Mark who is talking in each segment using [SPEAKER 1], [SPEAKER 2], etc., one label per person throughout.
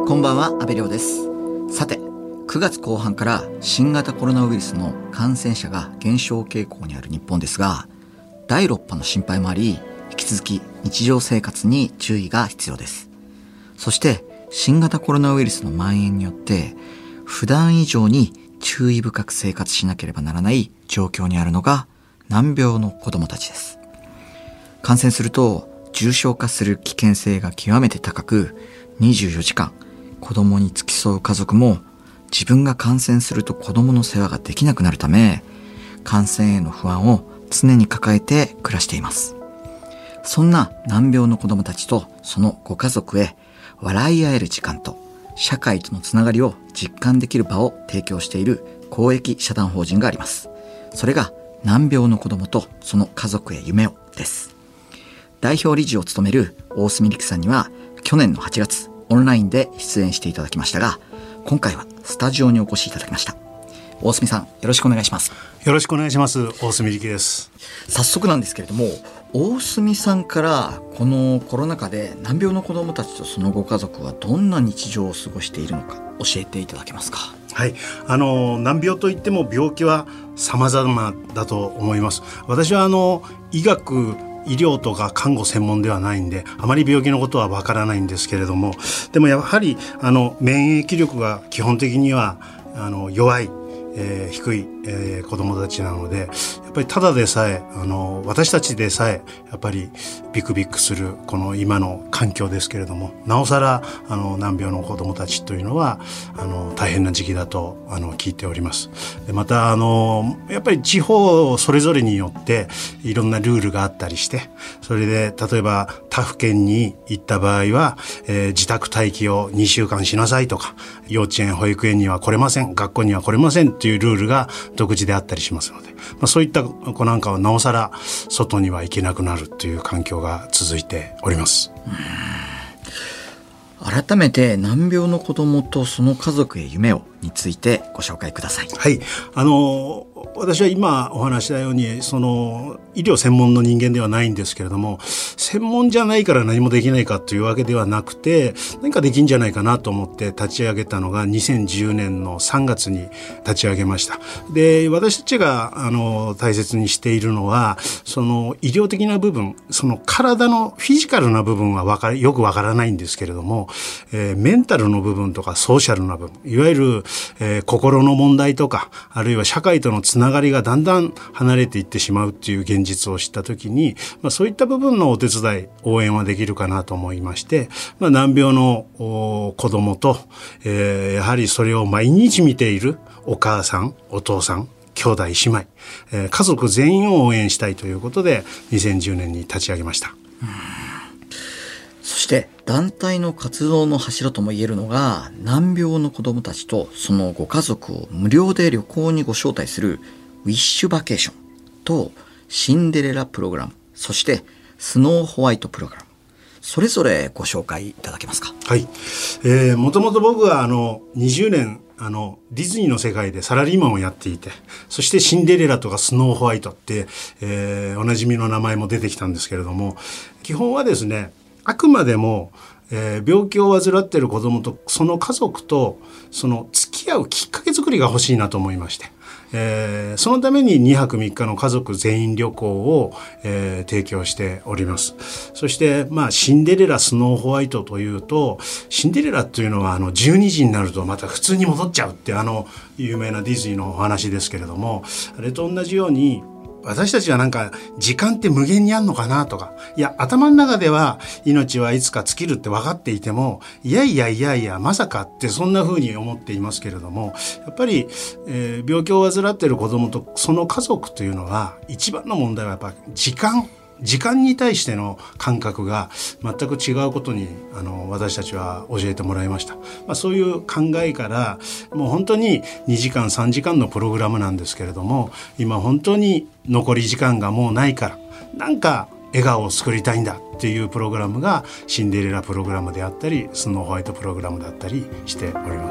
[SPEAKER 1] こんばんは、阿部亮です。さて、9月後半から新型コロナウイルスの感染者が減少傾向にある日本ですが、第6波の心配もあり、引き続き日常生活に注意が必要です。そして新型コロナウイルスの蔓延によって普段以上に注意深く生活しなければならない状況にあるのが難病の子どもたちです。感染すると重症化する危険性が極めて高く、24時間子どもに付き添う家族も自分が感染すると子どもの世話ができなくなるため、感染への不安を常に抱えて暮らしています。そんな難病の子どもたちとそのご家族へ笑い合える時間と社会とのつながりを実感できる場を提供している公益社団法人があります。それが難病の子どもとその家族へ夢をです。代表理事を務める大隅陸さんには去年の8月オンラインで出演していただきましたが、今回はスタジオにお越しいただきました。大隅さん、よろしくお願いします。
[SPEAKER 2] よろしくお願いします。大隅陸です。
[SPEAKER 1] 早速なんですけれども、大隅さんからこのコロナ禍で難病の子どもたちとそのご家族はどんな日常を過ごしているのか教えていただけますか。
[SPEAKER 2] はい、難病といっても病気は様々だと思います。私は医学医療とか看護専門ではないんで、あまり病気のことはわからないんですけれども、でもやはり免疫力が基本的には弱い、低い、子どもたちなので、やっぱりただでさえ私たちでさえやっぱりビクビクするこの今の環境ですけれども、なおさら難病の子どもたちというのは大変な時期だと聞いております。でまたやっぱり地方それぞれによっていろんなルールがあったりして、それで例えば他府県に行った場合は、自宅待機を2週間しなさいとか、幼稚園保育園には来れません、学校には来れませんというルールが独自であったりしますので、そういった子なんかはなおさら外には行けなくなるという環境が続いております。
[SPEAKER 1] 改めて難病の子どもとその家族へ夢をについてご紹介ください。
[SPEAKER 2] はい、私は今お話したように医療専門の人間ではないんですけれども、専門じゃないから何もできないかというわけではなくて、何かできんじゃないかなと思って立ち上げたのが2010年の3月に立ち上げました。で、私たちが大切にしているのは医療的な部分、体のフィジカルな部分はよくわからないんですけれども、メンタルの部分とかソーシャルな部分、いわゆる心の問題とか、あるいは社会とのつながりがだんだん離れていってしまうっていう現実を知ったときに、そういった部分のお手伝い応援はできるかなと思いまして、難病の子供と、やはりそれを毎日見ているお母さんお父さん兄弟姉妹、家族全員を応援したいということで2010年に立ち上げました。
[SPEAKER 1] そして団体の活動の柱ともいえるのが、難病の子どもたちとそのご家族を無料で旅行にご招待するウィッシュバケーションとシンデレラプログラム、そしてスノーホワイトプログラム、それぞれご紹介いただけますか。はい、
[SPEAKER 2] もともと僕は20年ディズニーの世界でサラリーマンをやっていて、そしてシンデレラとかスノーホワイトって、おなじみの名前も出てきたんですけれども、基本はですね、あくまでも、病気を患っている子どもとその家族と付き合うきっかけ作りが欲しいなと思いまして、そのために2泊3日の家族全員旅行を、提供しております。そして、シンデレラスノーホワイトというと、シンデレラというのは12時になるとまた普通に戻っちゃうって有名なディズニーのお話ですけれども、あれと同じように私たちはなんか時間って無限にあんのかなとか、いや頭の中では命はいつか尽きるって分かっていても、いやまさかってそんな風に思っていますけれども、やっぱり、病気を患っている子どもとその家族というのは一番の問題はやっぱ時間に対しての感覚が全く違うことに私たちは教えてもらいました。そういう考えからもう本当に2時間3時間のプログラムなんですけれども、今本当に残り時間がもうないからなんか笑顔を作りたいんだっていうプログラムがシンデレラプログラムであったりスノーホワイトプログラムだったりしております。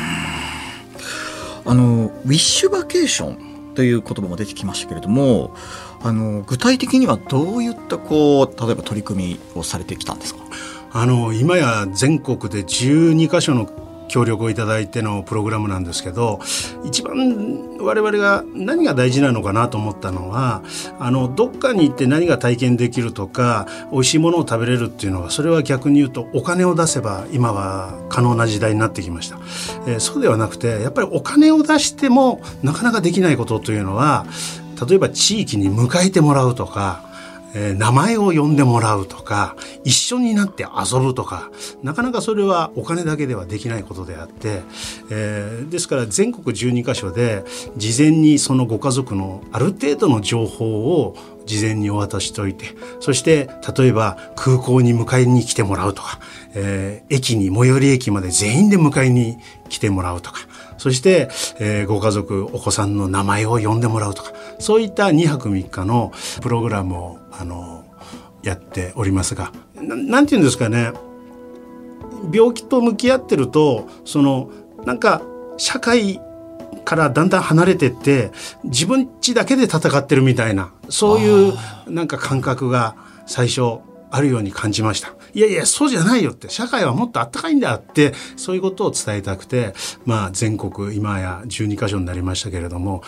[SPEAKER 1] ウィッシュバケーションという言葉も出てきましたけれども、具体的にはどういった例えば取り組みをされてきたんですか。
[SPEAKER 2] 今や全国で12カ所の協力をいただいてのプログラムなんですけど、一番我々が何が大事なのかなと思ったのは、どっかに行って何が体験できるとか美味しいものを食べれるっていうのは、それは逆に言うとお金を出せば今は可能な時代になってきました。そうではなくて、やっぱりお金を出してもなかなかできないことというのは、例えば地域に迎えてもらうとか、名前を呼んでもらうとか、一緒になって遊ぶとか、なかなかそれはお金だけではできないことであって、ですから全国12カ所で事前にそのご家族のある程度の情報を事前にお渡ししておいて、そして例えば空港に迎えに来てもらうとか、駅に最寄り駅まで全員で迎えに来てもらうとか、そして、ご家族お子さんの名前を呼んでもらうとか、そういった2泊3日のプログラムをやっておりますが、なんていうんですかね、病気と向き合ってると、なんか社会からだんだん離れてって、自分ちだけで戦ってるみたいな、そういうなんか感覚が最初あるように感じました。いやいや、そうじゃないよって、社会はもっとあったかいんだって、そういうことを伝えたくて、全国今や12カ所になりましたけれども、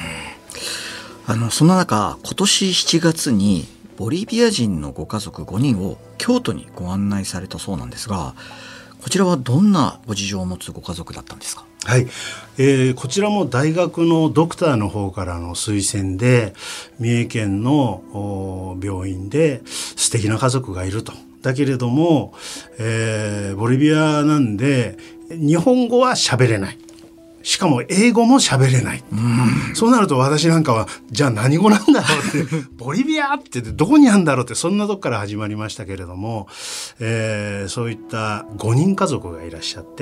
[SPEAKER 1] そんな中、今年7月にボリビア人のご家族5人を京都にご案内されたそうなんですが、こちらはどんなご事情を持つご家族だったんですか？
[SPEAKER 2] はい、こちらも大学のドクターの方からの推薦で、三重県の病院で素敵な家族がいると。だけれども、ボリビアなんで日本語は喋れない。しかも英語も喋れない。そうなると私なんかは、じゃあ何語なんだろうってボリビアってどこにあるんだろうって、そんなとこから始まりましたけれども、そういった5人家族がいらっしゃって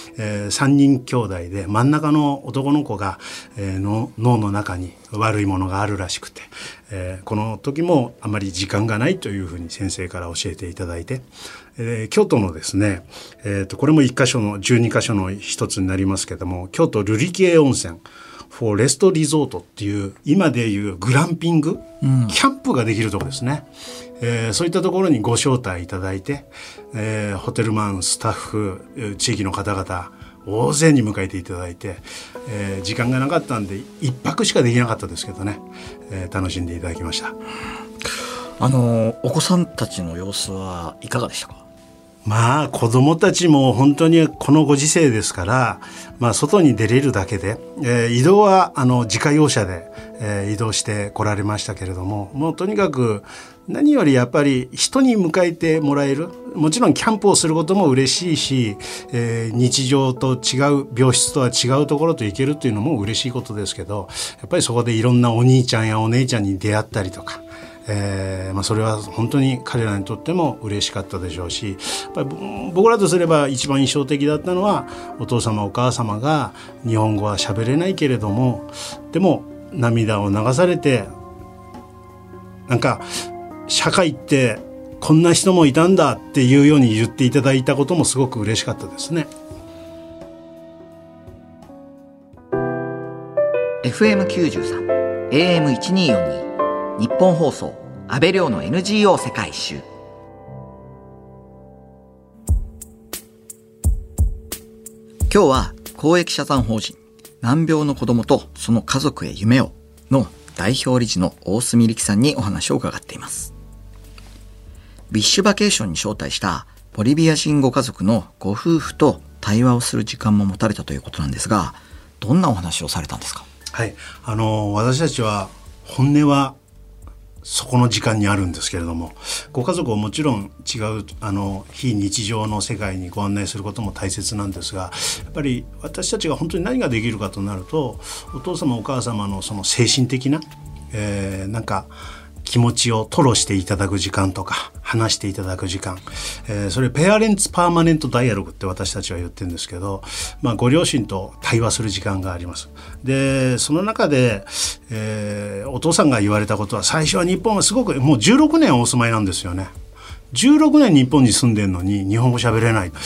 [SPEAKER 2] 、3人兄弟で、真ん中の男の子が、脳の中に悪いものがあるらしくて、この時もあまり時間がないというふうに先生から教えていただいて、京都のですね、これも1カ所の12カ所の一つになりますけども、京都瑠璃渓温泉フォーレストリゾートっていう、今でいうグランピング、キャンプができるところですね。そういったところにご招待いただいて、ホテルマン、スタッフ、地域の方々大勢に迎えていただいて、時間がなかったんで1泊しかできなかったですけどね、楽しんでいただきました。
[SPEAKER 1] お子さんたちの様子はいかがでしたか？
[SPEAKER 2] 子供たちも本当にこのご時世ですから、外に出れるだけで、移動は自家用車で、移動して来られましたけれども、もうとにかく何よりやっぱり人に迎えてもらえる、もちろんキャンプをすることも嬉しいし、日常と違う、病室とは違うところと行けるっていうのも嬉しいことですけど、やっぱりそこでいろんなお兄ちゃんやお姉ちゃんに出会ったりとか、それは本当に彼らにとっても嬉しかったでしょうし、やっぱり僕らとすれば一番印象的だったのは、お父様お母様が日本語は喋れないけれども、でも涙を流されて、なんか社会ってこんな人もいたんだっていうように言っていただいたこともすごく嬉しかったですね。
[SPEAKER 1] FM93 AM1242 日本放送安倍亮の NGO 世界一周。今日は公益社団法人難病の子どもとその家族へ夢をの代表理事の大隅力さんにお話を伺っています。ビッシュバケーションに招待したボリビア人ご家族のご夫婦と対話をする時間も持たれたということなんですが、どんなお話をされたんですか？
[SPEAKER 2] はい、私たちは本音はそこの時間にあるんですけれども、ご家族をもちろん違う非日常の世界にご案内することも大切なんですが、やっぱり私たちが本当に何ができるかとなると、お父様お母様のその精神的な、なんか気持ちを吐露していただく時間とか話していただく時間、それペアレンツパーマネントダイアログって私たちは言ってるんですけど、ご両親と対話する時間があります。でその中で、お父さんが言われたことは、最初は日本はすごくもう16年お住まいなんですよね。16年日本に住んでるのに日本語喋れない。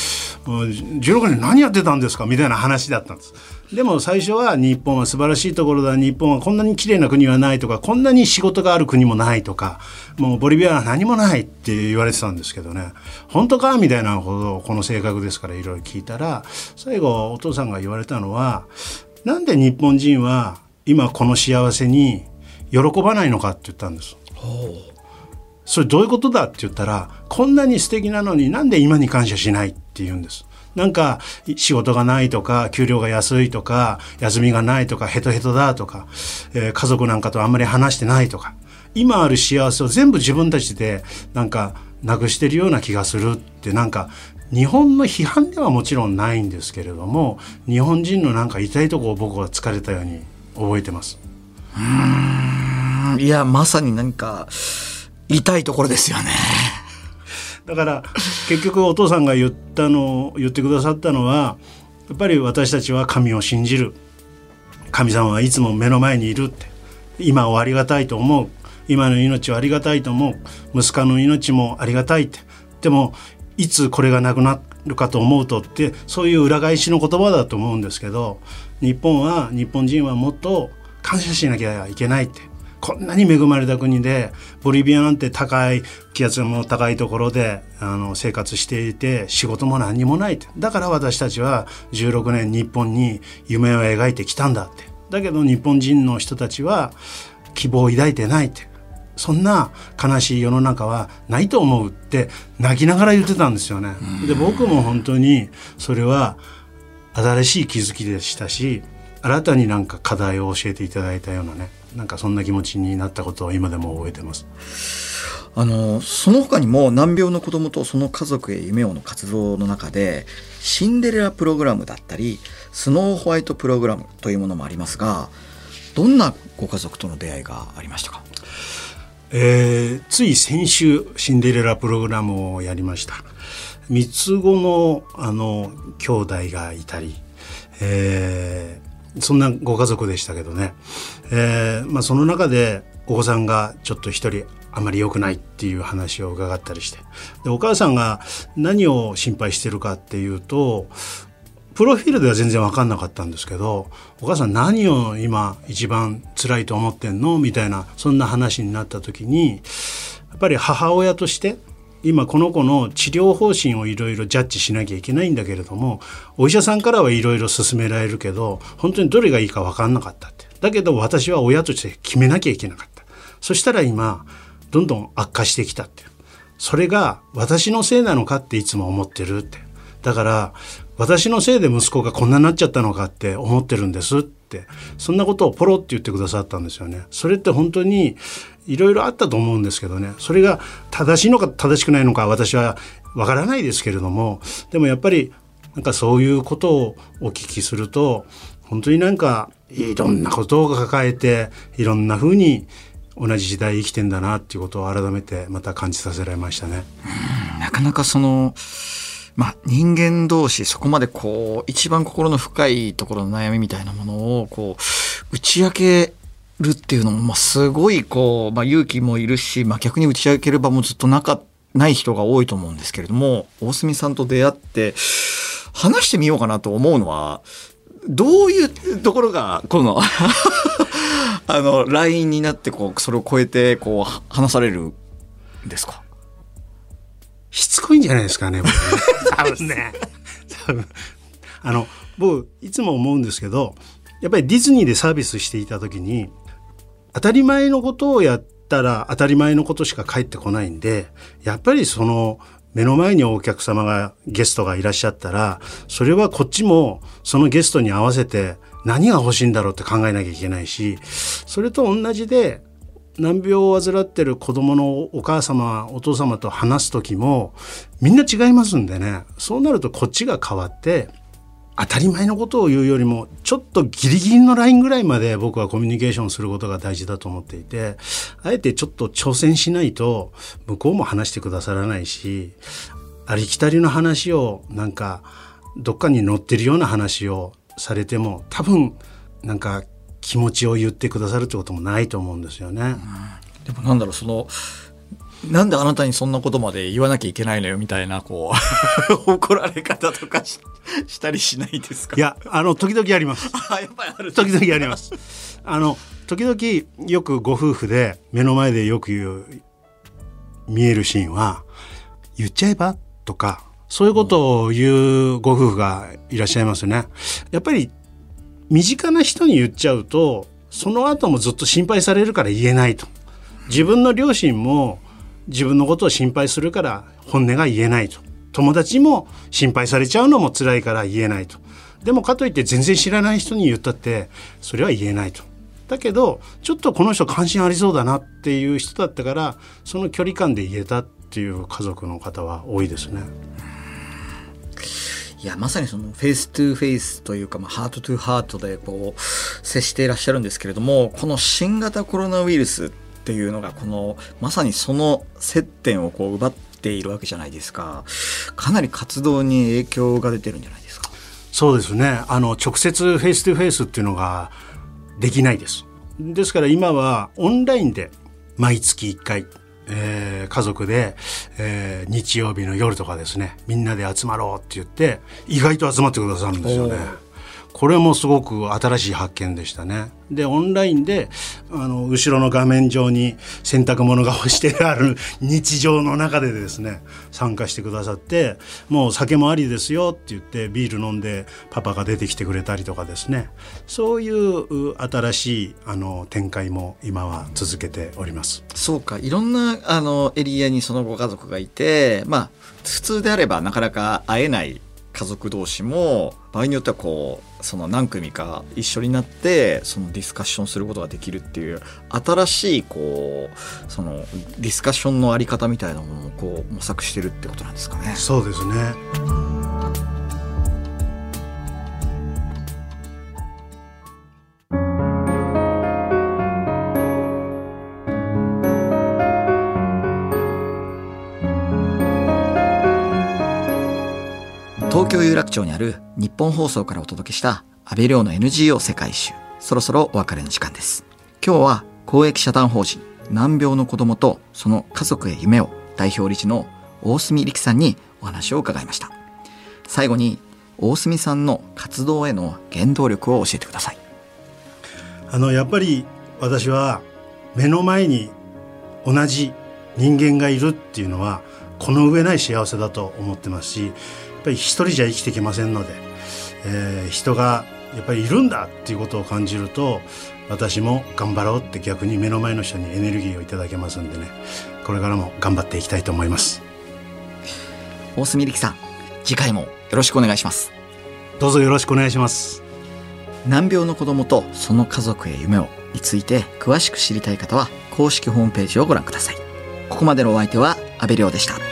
[SPEAKER 2] 16年何やってたんですかみたいな話だったんです。でも最初は日本は素晴らしいところだ、日本はこんなに綺麗な国はないとか、こんなに仕事がある国もないとか、もうボリビアは何もないって言われてたんですけどね、本当かみたいなほどこの性格ですからいろいろ聞いたら、最後お父さんが言われたのは、なんで日本人は今この幸せに喜ばないのかって言ったんです。それどういうことだって言ったら、こんなに素敵なのになんで今に感謝しないって言うんです。なんか仕事がないとか、給料が安いとか、休みがないとか、ヘトヘトだとか、家族なんかとあんまり話してないとか、今ある幸せを全部自分たちでなんかなくしてるような気がするって、なんか日本の批判ではもちろんないんですけれども、日本人のなんか痛いところを僕は疲れたように覚えてます。
[SPEAKER 1] いや、まさに何か痛いところですよね。
[SPEAKER 2] だから結局お父さんが言ってくださったのは、やっぱり私たちは神を信じる、神様はいつも目の前にいるって、今をありがたいと思う、今の命をありがたいと思う、息子の命もありがたいって、でもいつこれがなくなるかと思うとって、そういう裏返しの言葉だと思うんですけど、日本人はもっと感謝しなきゃいけないって、こんなに恵まれた国で、ボリビアなんて気圧も高いところで生活していて、仕事も何にもないって、だから私たちは16年日本に夢を描いてきたんだって、だけど日本人の人たちは希望を抱いてないって、そんな悲しい世の中はないと思うって泣きながら言ってたんですよね。で、僕も本当にそれは新しい気づきでしたし、新たになんか課題を教えていただいたようなね、なんかそんな気持ちになったことを今でも覚えてます。
[SPEAKER 1] その他にも難病の子どもとその家族へ夢をの活動の中で、シンデレラプログラムだったりスノーホワイトプログラムというものもありますが、どんなご家族との出会いがありましたか？
[SPEAKER 2] つい先週シンデレラプログラムをやりました。三つ子の兄弟がいたり、そんなご家族でしたけどね、その中でお子さんがちょっと一人あまり良くないっていう話を伺ったりして、でお母さんが何を心配してるかっていうと、プロフィールでは全然分かんなかったんですけど、お母さん何を今一番辛いと思ってんのみたいな、そんな話になった時に、やっぱり母親として今この子の治療方針をいろいろジャッジしなきゃいけないんだけれども、お医者さんからはいろいろ勧められるけど、本当にどれがいいか分かんなかったって。だけど私は親として決めなきゃいけなかった。そしたら今どんどん悪化してきたって。それが私のせいなのかっていつも思ってるって。だから私のせいで息子がこんなになっちゃったのかって思ってるんですって、そんなことをポロって言ってくださったんですよね。それって本当にいろいろあったと思うんですけどね、それが正しいのか正しくないのか私はわからないですけれども、でもやっぱりなんかそういうことをお聞きすると、本当になんかいろんなことを抱えていろんな風に同じ時代生きてんだなっていうことを改めてまた感じさせられましたね。
[SPEAKER 1] なかなか人間同士そこまで一番心の深いところの悩みみたいなものを打ち明けるっていうのもすごい勇気もいるし、逆に打ち明ける場もずっとない人が多いと思うんですけれども、大隅さんと出会って話してみようかなと思うのは、どういうところがこのラインになってそれを超えて話されるんですか？
[SPEAKER 2] しつこいんじゃないですかね、僕ね。多分ね。僕いつも思うんですけど、やっぱりディズニーでサービスしていた時に、当たり前のことをやったら当たり前のことしか返ってこないんで、やっぱりその目の前にお客様がゲストがいらっしゃったら、それはこっちもそのゲストに合わせて何が欲しいんだろうって考えなきゃいけないし、それと同じで難病を患ってる子供のお母様お父様と話す時もみんな違いますんでね、そうなるとこっちが変わって当たり前のことを言うよりもちょっとギリギリのラインぐらいまで僕はコミュニケーションすることが大事だと思っていて、あえてちょっと挑戦しないと向こうも話してくださらないし、ありきたりの話をなんかどっかに載ってるような話をされても多分なんか気持ちを言ってくださるってこともないと思うんですよね。
[SPEAKER 1] でもなんであなたにそんなことまで言わなきゃいけないのよみたいなこう怒られ方とかしたりしないですか？
[SPEAKER 2] いや時々あります
[SPEAKER 1] やっぱりある。
[SPEAKER 2] 時々あります時々よくご夫婦で目の前でよく見えるシーンは言っちゃえばとかそういうことを言うご夫婦がいらっしゃいますね。やっぱり身近な人に言っちゃうとその後もずっと心配されるから言えないと。自分の両親も自分のことを心配するから本音が言えないと。友達も心配されちゃうのも辛いから言えないと。でもかといって全然知らない人に言ったってそれは言えないと。だけどちょっとこの人関心ありそうだなっていう人だったからその距離感で言えたっていう家族の方は多いですね。
[SPEAKER 1] いやまさにそのフェイストゥフェイスというか、ハートトゥハートでこう接していらっしゃるんですけれども、この新型コロナウイルスっていうのがこのまさにその接点をこう奪っているわけじゃないですか。かなり活動に影響が出てるんじゃないですか？
[SPEAKER 2] そうですね。直接フェイストゥフェイスっていうのができないです。ですから今はオンラインで毎月1回家族で、日曜日の夜とかですねみんなで集まろうって言って意外と集まってくださるんですよね。これもすごく新しい発見でしたね。でオンラインで後ろの画面上に洗濯物が干してある日常の中でですね参加してくださって、もう酒もありですよって言ってビール飲んでパパが出てきてくれたりとかですね、そういう新しい展開も今は続けております。
[SPEAKER 1] そうか、いろんなエリアにそのご家族がいて、普通であればなかなか会えない家族同士も場合によってはこうその何組か一緒になってそのディスカッションすることができるっていう新しいこうそのディスカッションのあり方みたいなものをこう模索してるってことなんですかね。
[SPEAKER 2] そうですね。
[SPEAKER 1] 東京有楽町にある日本放送からお届けした安倍亮の NGO 世界一周、そろそろお別れの時間です。今日は公益社団法人難病の子どもとその家族へ夢を代表理事の大隅力さんにお話を伺いました。最後に大隅さんの活動への原動力を教えてください。
[SPEAKER 2] やっぱり私は目の前に同じ人間がいるっていうのはこの上ない幸せだと思ってますし、やっぱり一人じゃ生きていけませんので、人がやっぱりいるんだっていうことを感じると私も頑張ろうって逆に目の前の人にエネルギーをいただけますんでね、これからも頑張っていきたいと思います。
[SPEAKER 1] 大隅力さん、次回もよろしくお願いします。
[SPEAKER 2] どうぞよろしくお願いします。
[SPEAKER 1] 難病の子どもとその家族へ夢をについて詳しく知りたい方は公式ホームページをご覧ください。ここまでのお相手は安倍亮でした。